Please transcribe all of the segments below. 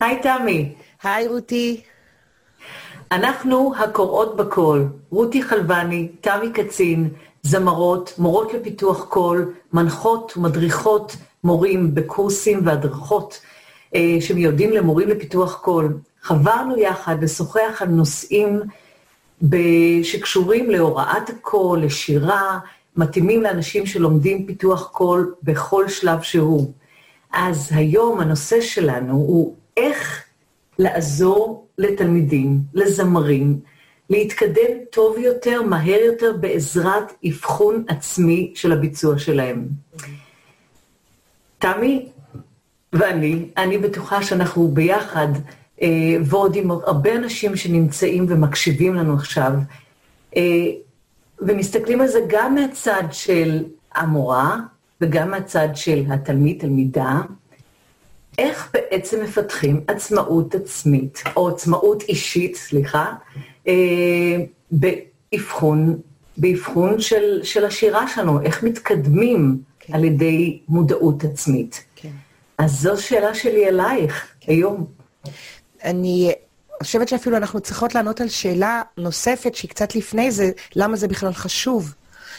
היי תמי. היי רותי. אנחנו הקוראות בקול, רותי חלבני, תמי קצין, זמרות, מורות לפיתוח קול, מנחות ומדריכות מורים בקורסים והדרכות שמיועדים למורים לפיתוח קול. חברנו יחד לשוחח על נושאים שקשורים להוראת הקול, לשירה, מתאימים לאנשים שלומדים פיתוח קול בכל שלב שהוא. אז היום הנושא שלנו הוא איך לעזור לתלמידים, לזמרים, להתקדם טוב יותר, מהר יותר, בעזרת אבחון עצמי של הביצוע שלהם. תמי אני בטוחה שאנחנו ביחד, ועוד עם הרבה אנשים שנמצאים ומקשיבים לנו עכשיו, ומסתכלים על זה גם מהצד של המורה, וגם מהצד של התלמיד, תלמידה, איך בעצם מפתחים עצמאות עצמית, או עצמאות אישית, באבחון של השירה שלנו, איך מתקדמים כן. על ידי מודעות עצמית. כן. אז זו שאלה שלי אלייך היום. אני חושבת שאפילו אנחנו צריכות לענות על שאלה נוספת, שהיא קצת לפני זה, למה זה בכלל חשוב.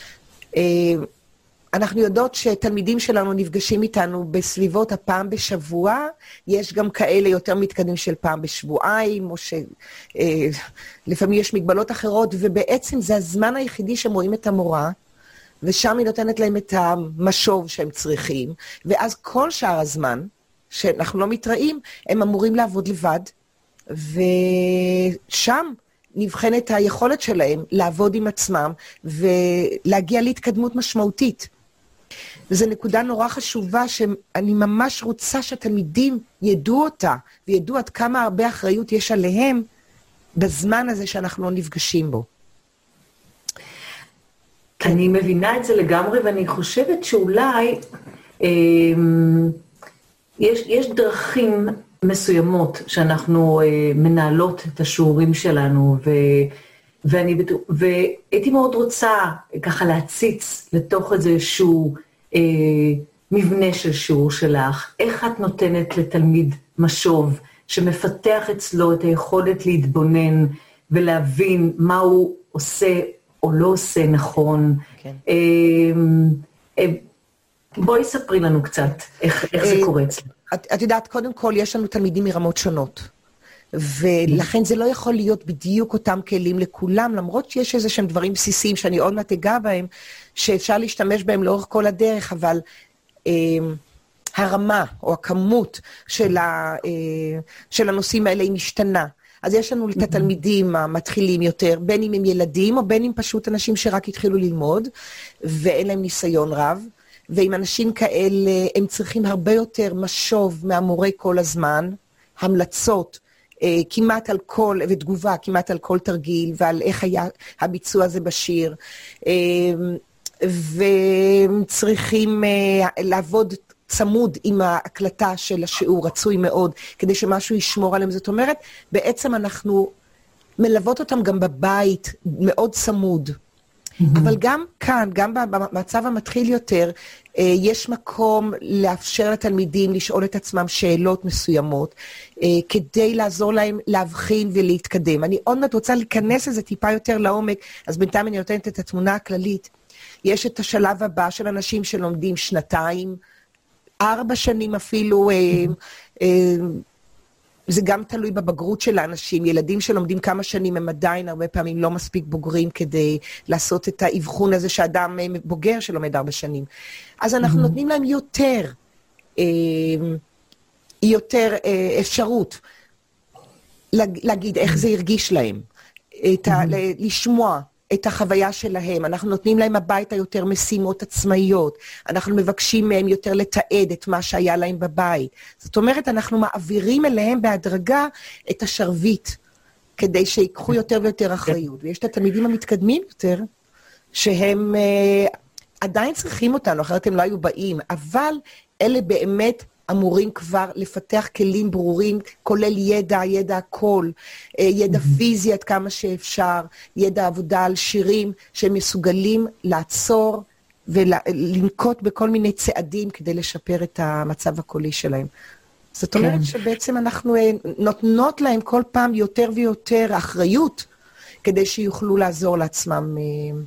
אנחנו יודעות שתלמידים שלנו נפגשים איתנו בסביבות הפעם בשבוע, יש גם כאלה יותר מתקדמים של פעם בשבועיים, או שלפעמים יש מגבלות אחרות, ובעצם זה הזמן היחידי שהם רואים את המורה, ושם היא נותנת להם את המשוב שהם צריכים, ואז כל שאר הזמן, שאנחנו לא מתראים, הם אמורים לעבוד לבד, ושם נבחנת היכולת שלהם לעבוד עם עצמם, ולהגיע להתקדמות משמעותית. וזו נקודה נורא חשובה שאני ממש רוצה שהתלמידים ידעו אותה, וידעו עד כמה הרבה אחריות יש עליהם בזמן הזה שאנחנו לא נפגשים בו. אני מבינה את זה לגמרי, ואני חושבת שאולי יש דרכים מסוימות שאנחנו מנהלות את השיעורים שלנו, והייתי מאוד רוצה ככה להציץ לתוך איזשהו מבנה של שיעור שלך, איך את נותנת לתלמיד משוב שמפתח אצלו את היכולת להתבונן ולהבין מה הוא עושה או לא עושה נכון. כן. בואי ספרי לנו קצת איך זה קורה אצלנו. את יודעת, קודם כל יש לנו תלמידים מרמות שונות. ולכן זה לא יכול להיות בדיוק אותם כלים לכולם, למרות שיש איזה שהם דברים בסיסיים שאני עוד מעט אגע בהם, שאפשר להשתמש בהם לאורך כל הדרך, אבל הרמה או הכמות של הנושאים האלה היא משתנה. אז יש לנו את התלמידים המתחילים יותר, בין אם הם ילדים או בין אם פשוט אנשים שרק התחילו ללמוד, ואין להם ניסיון רב, ועם אנשים כאלה הם צריכים הרבה יותר משוב מהמורה כל הזמן, המלצות, כמעט על כל, ותגובה כמעט על כל תרגיל, ועל איך היה הביצוע הזה בשיר, וצריכים לעבוד צמוד עם ההקלטה של השיעור, רצוי מאוד, כדי שמשהו ישמור עליהם. זאת אומרת, בעצם אנחנו מלוות אותם גם בבית, מאוד צמוד. אבל גם כאן, גם במצב המתחיל יותר, יש מקום לאפשר לתלמידים לשאול את עצמם שאלות מסוימות, כדי לעזור להם להבחין ולהתקדם. אני עוד מעט רוצה להיכנס לזה טיפה יותר לעומק, אז בינתיים אני נותנת את התמונה הכללית. יש את השלב הבא של אנשים שלומדים 2, 4 שנים אפילו, זה גם תלוי בבגרות של האנשים. ילדים שלומדים כמה שנים הם עדיין הרבה פעמים לא מספיק בוגרים כדי לעשות את האבחון הזה שאדם בוגר שלומד 4 שנים. אז אנחנו נותנים להם יותר אפשרות להגיד איך זה הרגיש להם, לשמוע את החוויה שלהם. אנחנו נותנים להם הביתה יותר משימות עצמאיות, אנחנו מבקשים מהם יותר לתעד את מה שהיה להם בבית. זאת אומרת, אנחנו מעבירים אליהם בהדרגה את השרביט, כדי שיקחו יותר ויותר אחריות. ויש את התלמידים המתקדמים יותר, שהם עדיין צריכים אותנו, אחרת הם לא היו באים, אבל אלה באמת אמורים כבר לפתח כלים ברורים, כולל ידע הכל, ידע פיזי עד כמה שאפשר, ידע עבודה על שירים, שהם מסוגלים לעצור ולנקוט בכל מיני צעדים כדי לשפר את המצב הקולי שלהם. זאת אומרת שבעצם אנחנו נותנות להם כל פעם יותר ויותר אחריות, כדי שיוכלו לעזור לעצמם.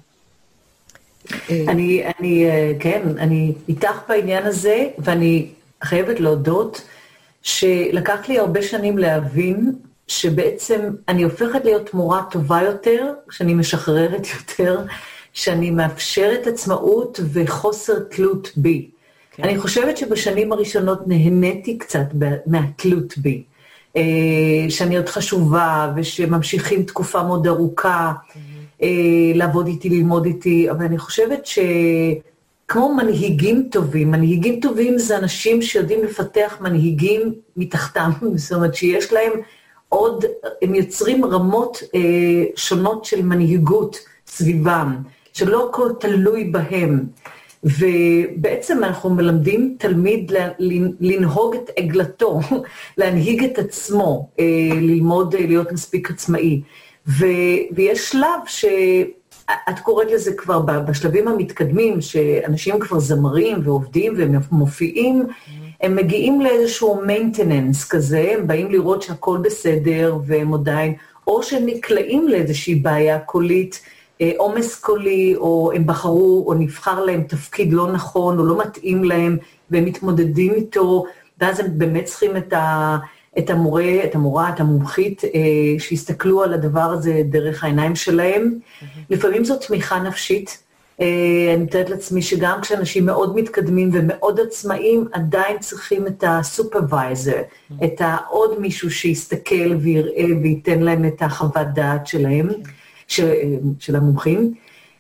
אני איתך בעניין הזה, ואני חייבת להודות שלקח לי הרבה שנים להבין שבעצם אני הופכת להיות מורה טובה יותר, שאני משחררת יותר, שאני מאפשרת עצמאות וחוסר תלות בי. כן. אני חושבת שבשנים הראשונות נהניתי קצת מהתלות בי, שאני עוד חשובה ושממשיכים תקופה מאוד ארוכה, לעבוד איתי, ללמוד איתי, אבל אני חושבת שכמו מנהיגים טובים זה אנשים שיודעים לפתח מנהיגים מתחתם, זאת אומרת שיש להם עוד, הם יוצרים רמות שונות של מנהיגות סביבם, שלא הכל תלוי בהם, ובעצם אנחנו מלמדים תלמיד לנהוג את עגלתו, להנהיג את עצמו, ללמוד להיות מספיק עצמאי, ויש שלב שאת קוראת לזה כבר בשלבים המתקדמים, שאנשים כבר זמרים ועובדים ומופיעים, הם מגיעים לאיזשהו maintenance כזה, הם באים לראות שהכל בסדר והם עדיין, או שהם נקלעים לאיזושהי בעיה קולית, עומס קולי, או הם בחרו או נבחר להם תפקיד לא נכון או לא מתאים להם, והם מתמודדים איתו, ואז הם באמת צריכים את המורה, את המומחית, שיסתכלו על הדבר הזה דרך העיניים שלהם. לפעמים זו תמיכה נפשית, אני מתארת לעצמי שגם כשאנשים מאוד מתקדמים ומאוד עצמאים, עדיין צריכים את הסופרוויזר, את עוד מישהו שיסתכל ויראה וייתן להם את החוות דעת שלהם, של המומחים.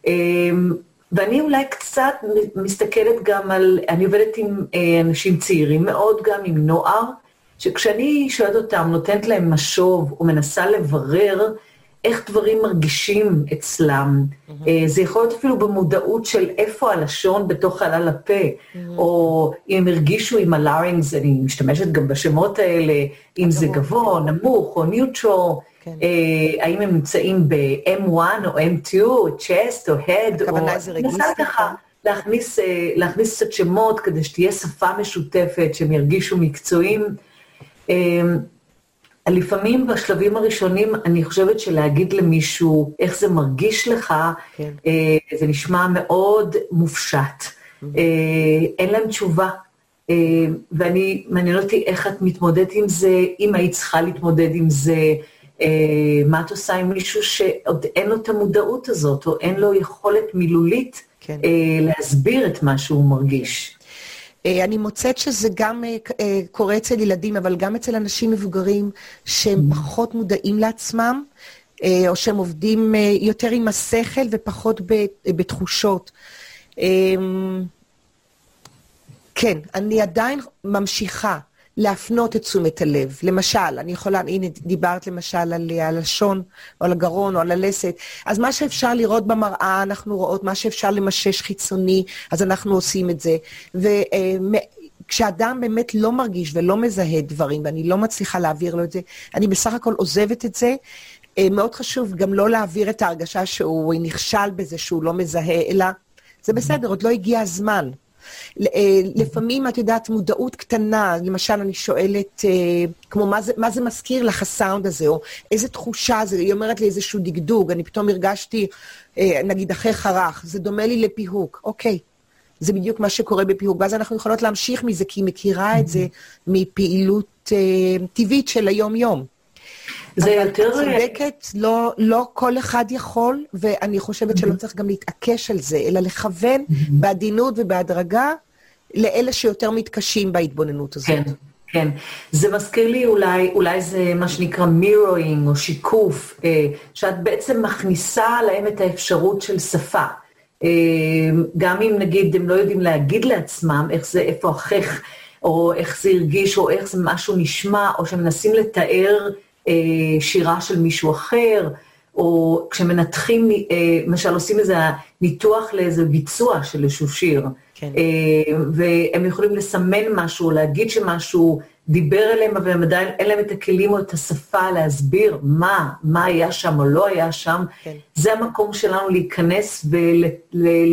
ואני אולי קצת מסתכלת גם על, אני עובדת עם אנשים צעירים מאוד, גם עם נוער, שכשאני שואלת אותם, נותנת להם משוב, או מנסה לברר איך דברים מרגישים אצלם, זה יכול להיות אפילו במודעות של איפה הלשון בתוך חלל הפה, או אם הם הרגישו עם הלארינגס, אני משתמשת גם בשמות האלה, אם זה גבוה, נמוך, או ניוטרל, האם הם נמצאים ב-M1 או M2, או chest או head, או נסה ככה להכניס קצת שמות כדי שתהיה שפה משותפת, שהם ירגישו מקצועיים. לפעמים בשלבים הראשונים אני חושבת שלהגיד למישהו איך זה מרגיש לך, זה נשמע מאוד מופשט. אין להם תשובה. ואני מעניין אותי איך את מתמודדת עם זה, אם היית צריכה להתמודד עם זה, מה את עושה עם מישהו שעוד אין לו את המודעות הזאת, או אין לו יכולת מילולית להסביר את מה שהוא מרגיש. אני מוצאת שזה גם קורה אצל ילדים, אבל גם אצל אנשים מבוגרים שהם פחות מודעים לעצמם, או שהם עובדים יותר עם השכל ופחות בתחושות. כן, אני עדיין ממשיכה להפנות את תשומת הלב. למשל, אני יכולה, הנה דיברת למשל על הלשון, או על הגרון, או על הלסת. אז מה שאפשר לראות במראה, אנחנו רואות, מה שאפשר למשש חיצוני, אז אנחנו עושים את זה. וכשאדם באמת לא מרגיש ולא מזהה דברים, ואני לא מצליחה להעביר לו את זה, אני בסך הכל עוזבת את זה. מאוד חשוב גם לא להעביר את ההרגשה שהוא נכשל בזה, שהוא לא מזהה, אלא זה בסדר, עוד לא הגיע הזמן. לפעמים את יודעת מודעות קטנה, למשל אני שואלת כמו מה זה מזכיר לך הסאונד הזה, או איזה תחושה זה, היא אומרת לי איזשהו דגדוג, אני פתאום הרגשתי נגיד אחרי חרך, זה דומה לי לפיהוק, אוקיי, זה בדיוק מה שקורה בפיהוק, ואז אנחנו יכולות להמשיך מזה, כי היא מכירה את זה מפעילות טבעית של היום יום. זה יותר צודקת, לא כל אחד יכול, ואני חושבת שלא צריך גם להתעקש על זה, אלא לכוון בעדינות ובהדרגה לאלה שיותר מתקשים בהתבוננות הזאת. כן, כן. זה מזכיר לי אולי זה מה שנקרא mirroring או שיקוף, שאת בעצם מכניסה להם את האפשרות של שפה. גם אם נגיד הם לא יודעים להגיד לעצמם איך זה, איפה החך, או איך זה הרגיש, או איך זה משהו נשמע, או שמנסים לתאר שירה של מישהו אחר, או כשמנתחים, למשל עושים איזה ניתוח לאיזה ביצוע של איזשהו שיר, כן. והם יכולים לסמן משהו, להגיד שמשהו דיבר אליהם, אבל הם עדיין אין להם את הכלים או את השפה להסביר מה היה שם או לא היה שם, כן. זה המקום שלנו להיכנס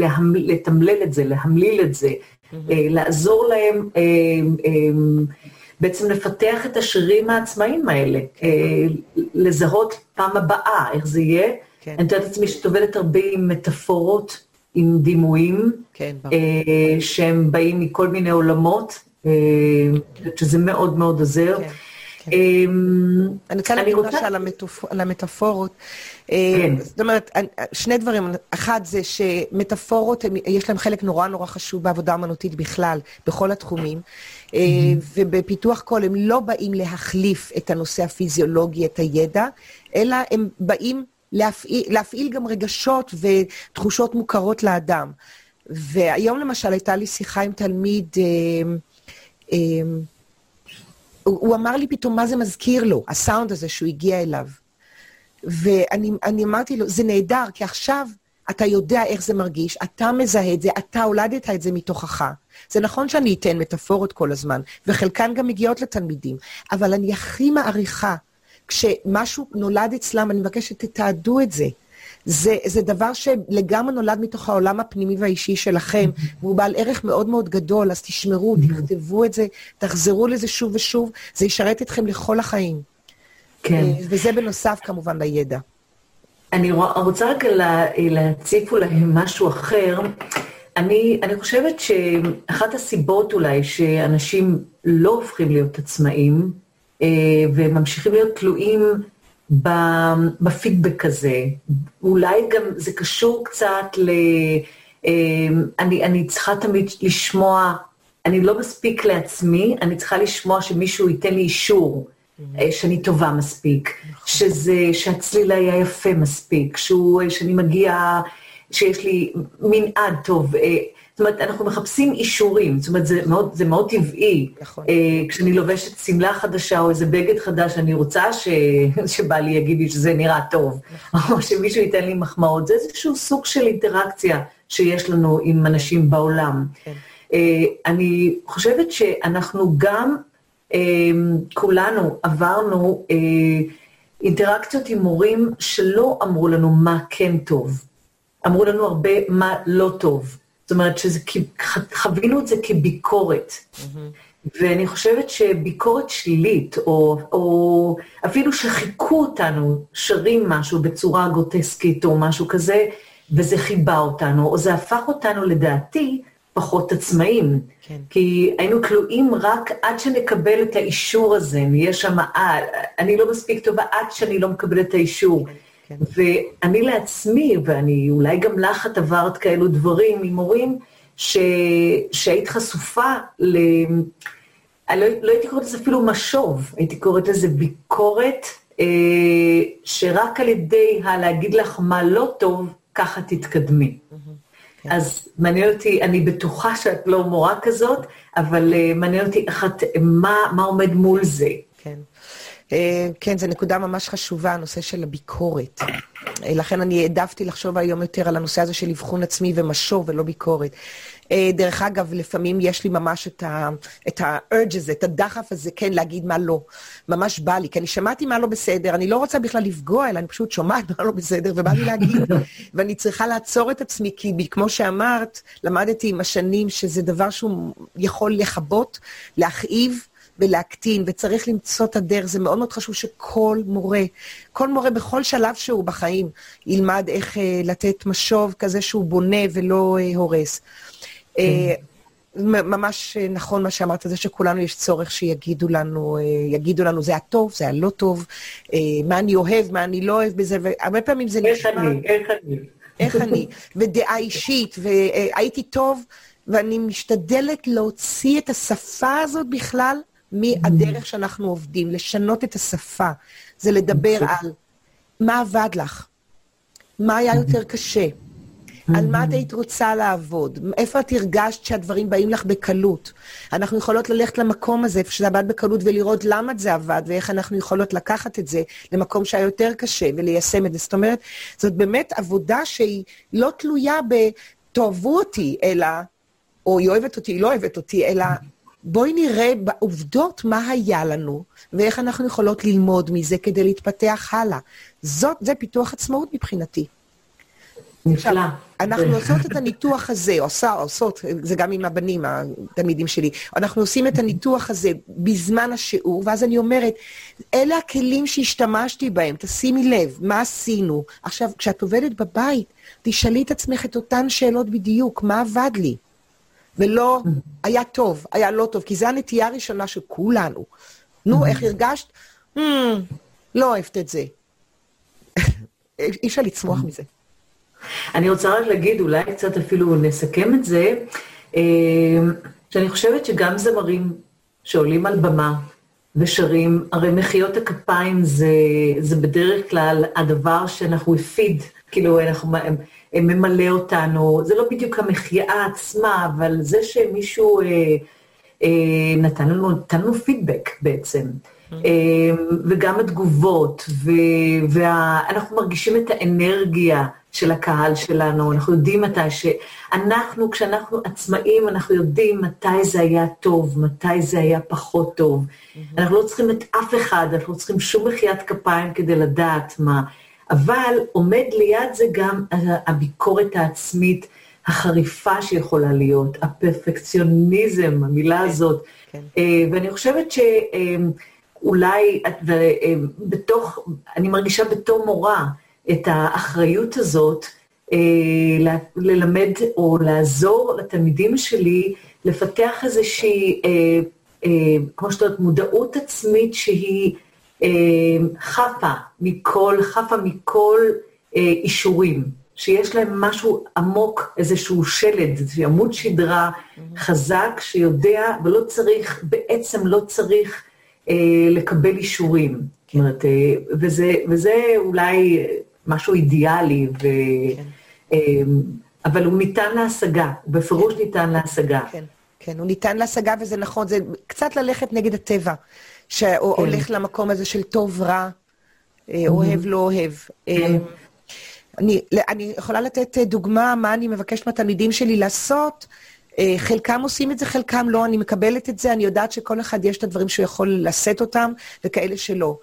ולתמלל את זה, להמליל את זה, לעזור להם, בעצם לפתח את השרירים העצמאיים האלה, לזהות פעם הבאה, איך זה יהיה. אני יודעת עצמי שאת עובדת הרבה עם מטאפורות, עם דימויים, שהם באים מכל מיני עולמות, שזה מאוד מאוד עוזר. אני רוצה להגיד משהו על המטאפורות. זאת אומרת, שני דברים. אחד זה שמטאפורות, יש להם חלק נורא נורא חשוב בעבודה אמנותית בכלל, בכל התחומים, ובפיתוח קול הם לא באים להחליף את הנושא הפיזיולוגי, את הידע, אלא הם באים להפעיל גם רגשות ותחושות מוכרות לאדם. והיום למשל הייתה לי שיחה עם תלמיד, הוא אמר לי פתאום מה זה מזכיר לו, הסאונד הזה שהוא הגיע אליו. ואני אמרתי לו, זה נהדר, כי עכשיו אתה יודע איך זה מרגיש, אתה מזהה את זה, אתה הולדת את זה מתוכך. זה נכון שאני אתן מטאפורות כל הזמן, וחלקן גם מגיעות לתלמידים, אבל אני הכי מעריכה, כשמשהו נולד אצלם, אני מבקשת שתתעדו את זה. זה דבר שלגמרי נולד מתוך העולם הפנימי והאישי שלכם, והוא בעל ערך מאוד מאוד גדול, אז תשמרו, תכתבו את זה, תחזרו לזה שוב ושוב, זה ישרת אתכם לכל החיים. כן. וזה בנוסף כמובן לידע. אני רוצה רק להציף אולי משהו אחר. אני חושבת שאחת הסיבות אולי שאנשים לא הופכים להיות עצמאים, וממשיכים להיות תלויים בפידבק הזה. אולי גם זה קשור קצת אני צריכה תמיד לשמוע, אני לא מספיק לעצמי, אני צריכה לשמוע שמישהו ייתן לי אישור, שאני טובה מספיק, שהצליל היה יפה מספיק, שאני מגיעה, שיש לי מנעד טוב, זאת אומרת, אנחנו מחפשים אישורים, זאת אומרת, זה מאוד טבעי. נכון. כשאני לובשת סמלה חדשה או איזה בגד חדש, אני רוצה שבא לי יגיד לי שזה נראה טוב, או שמישהו ייתן לי מחמאות. זה איזשהו סוג של אינטראקציה שיש לנו עם אנשים בעולם. אני חושבת שאנחנו גם, כולנו עברנו אינטראקציות עם מורים שלא אמרו לנו מה כן טוב. אמרו לנו הרבה מה לא טוב. זאת אומרת, חווינו את זה כביקורת. ואני חושבת שביקורת שלילית, או אפילו שחיכו אותנו, שרים משהו בצורה גרוטסקית או משהו כזה, וזה חיבה אותנו, או זה הפך אותנו לדעתי פחות עצמאים. כן. כי היינו תלויים רק עד שנקבל את האישור הזה, נהיה שם, אני לא מספיק טובה עד שאני לא מקבל את האישור. כן. ואני לעצמי, ואני אולי גם לך את עברת כאלו דברים עם מורים, שהיית חשופה לא הייתי קוראת לזה אפילו משוב, הייתי קוראת לזה ביקורת, שרק על ידי להגיד לך מה לא טוב, ככה תתקדמי. כן. אז מעניין אותי, אני בטוחה שאת לא מורה כזאת, אבל מעניין אותי מה עומד מול זה. כן. כן, זו נקודה ממש חשובה, הנושא של הביקורת. לכן אני העדפתי לחשוב היום יותר על הנושא הזה של אבחון עצמי ומשוב ולא ביקורת. דרך אגב, לפעמים יש לי ממש את ה-urge הזה, את הדחף הזה, כן, להגיד מה לא. ממש בא לי, כי אני שמעתי מה לא בסדר, אני לא רוצה בכלל לפגוע, אלא אני פשוט שומעת מה לא בסדר, ובא לי להגיד, ואני צריכה לעצור את עצמי, כי כמו שאמרת, למדתי עם השנים שזה דבר שהוא יכול לחבות, להכאיב, ולהקטין, וצריך למצוא את הדרך. זה מאוד מאוד חשוב שכל מורה בכל שלב שהוא בחיים, ילמד איך לתת משוב כזה שהוא בונה ולא הורס. ממש נכון מה שאמרת, זה שכולנו יש צורך שיגידו לנו, זה הטוב, זה הלא טוב, מה אני אוהב, מה אני לא אוהב בזה, והרבה פעמים זה נשמע... איך אני, ודעה אישית, והייתי טוב, ואני משתדלת להוציא את השפה הזאת בכלל, מהדרך שאנחנו עובדים, לשנות את השפה, זה לדבר על מה עבד לך, מה היה יותר קשה, על מה את היית רוצה לעבוד, איפה את הרגשת שהדברים באים לך בקלות. אנחנו יכולות ללכת למקום הזה, איפה שזה עבד בקלות, ולראות למה זה עבד, ואיך אנחנו יכולות לקחת את זה למקום שהיה יותר קשה, וליישם את זה. זאת אומרת, זאת באמת עבודה שהיא לא תלויה תאהבו אותי, אלא, או היא אוהבת אותי, היא לא אוהבת אותי, אלא, בואי נראה בעובדות מה היה לנו, ואיך אנחנו יכולות ללמוד מזה כדי להתפתח הלאה. זה פיתוח עצמאות מבחינתי. נפלא. אנחנו עושות את הניתוח הזה, עושות, זה גם עם הבנים, התלמידים שלי, אנחנו עושים את הניתוח הזה בזמן השיעור, ואז אני אומרת, אלה הכלים שהשתמשתי בהם, תשימי לב, מה עשינו? עכשיו, כשאת עובדת בבית, תשאלי את עצמך את אותן שאלות בדיוק, מה עבד לי? ולא, היה טוב, היה לא טוב, כי זו הנטייה הראשונה של כולנו. נו, איך הרגשת? לא אוהבת את זה. אי אפשר לצמוח מזה. אני רוצה רק להגיד, אולי קצת אפילו נסכם את זה, שאני חושבת שגם זמרים שעולים על במה ושרים, הרי מחיאות הכפיים זה בדרך כלל הדבר שאנחנו הפיד, כאילו ממלא אותנו, זה לא בדיוק המחייה עצמה, אבל זה שמישהו נתן לנו פידבק בעצם. וגם התגובות, ואנחנו מרגישים את האנרגיה של הקהל שלנו, אנחנו יודעים מתי שאנחנו, כשאנחנו עצמאים, אנחנו יודעים מתי זה היה טוב, מתי זה היה פחות טוב. אנחנו לא צריכים את אף אחד, אנחנו לא צריכים שום מחיית כפיים כדי לדעת מה. אבל עומד ליד זה גם הביקורת העצמית החריפה שיכולה להיות, הפרפקציוניזם, המילה הזאת. ואני חושבת אולי, אני מרגישה בתור מורה את האחריות הזאת, ללמד או לעזור לתלמידים שלי, לפתח איזושהי, כמו שאתה יודעת, מודעות עצמית שהיא חפה מכל אישורים, שיש להם משהו עמוק, איזשהו שלד, איזשהו עמוד שדרה חזק שיודע, ולא צריך, בעצם לא צריך, לקבל אישורים. זאת אומרת, וזה אולי משהו אידיאלי, אבל הוא ניתן להשגה, הוא בפירוש ניתן להשגה. כן, הוא ניתן להשגה, וזה נכון, זה קצת ללכת נגד הטבע, שהולך למקום הזה של טוב רע, אוהב לא אוהב. אני יכולה לתת דוגמה, מה אני מבקשת מהתלמידים שלי לעשות, חלקם עושים את זה, חלקם לא, אני מקבלת את זה, אני יודעת שכל אחד יש את הדברים שהוא יכול לשאת אותם, וכאלה שלא.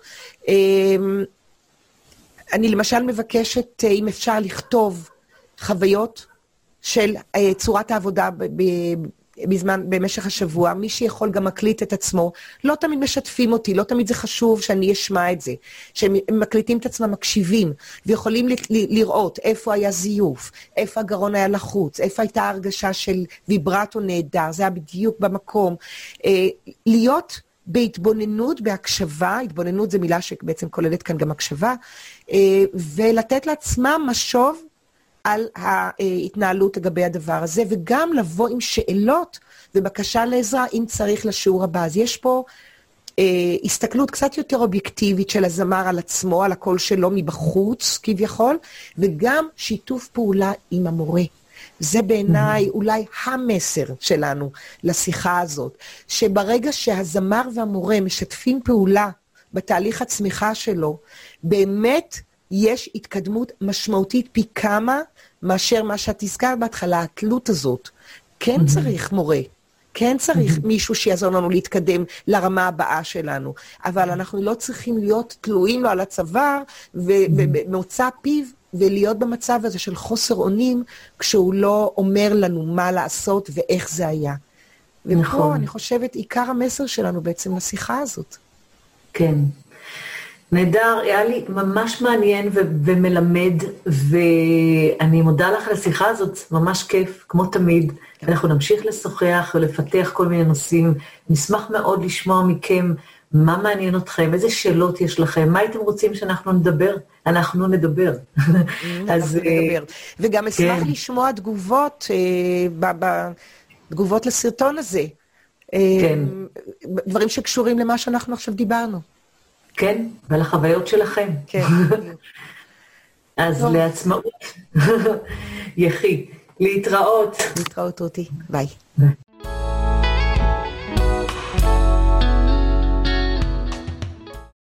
אני למשל מבקשת, אם אפשר לכתוב חוויות של צורת העבודה במשך השבוע, מי שיכול גם מקליט את עצמו, לא תמיד משתפים אותי, לא תמיד זה חשוב שאני אשמע את זה, שהם מקליטים את עצמם, מקשיבים, ויכולים לראות איפה היה זיוף, איפה הגרון היה לחוץ, איפה הייתה הרגשה של ויברטו נהדר, זה היה בדיוק במקום, להיות בהתבוננות, בהקשבה, התבוננות זה מילה שבעצם כוללת כאן גם הקשבה, ולתת לעצמם משוב, על ההתנהלות לגבי הדבר הזה, וגם לבוא עם שאלות ובקשה לעזרה אם צריך לשיעור הבא. אז יש פה הסתכלות קצת יותר אובייקטיבית של הזמר על עצמו, על הקול שלו מבחוץ כביכול, וגם שיתוף פעולה עם המורה. זה בעיניי אולי המסר שלנו לשיחה הזאת, שברגע שהזמר והמורה משתפים פעולה בתהליך הצמיחה שלו, באמת יש התקדמות משמעותית פי כמה מאשר מה שאת הזכרת בהתחלה, התלות הזאת. כן צריך מורה, כן צריך מישהו שיעזור לנו להתקדם לרמה הבאה שלנו, אבל אנחנו לא צריכים להיות תלויים לו על הצוואר ומוצא פיו, ולהיות במצב הזה של חוסר אונים, כשהוא לא אומר לנו מה לעשות ואיך זה היה. ופה אני חושבת עיקר המסר שלנו בעצם לשיחה הזאת. כן. נהדר, היה לי ממש מעניין ומלמד, ואני מודה לך על השיחה הזאת, ממש כיף, כמו תמיד. אנחנו נמשיך לשוחח ולפתח כל מיני נושאים. נשמח מאוד לשמוע מכם מה מעניין אתכם, איזה שאלות יש לכם, מה הייתם רוצים שאנחנו נדבר? אנחנו נדבר. אז נדבר. וגם אשמח לשמוע תגובות, תגובות לסרטון הזה. כן. דברים שקשורים למה שאנחנו עכשיו דיברנו. כן, ולחוויות שלכם. כן. אז לעצמאות, יחי, להתראות. להתראות אותי, ביי.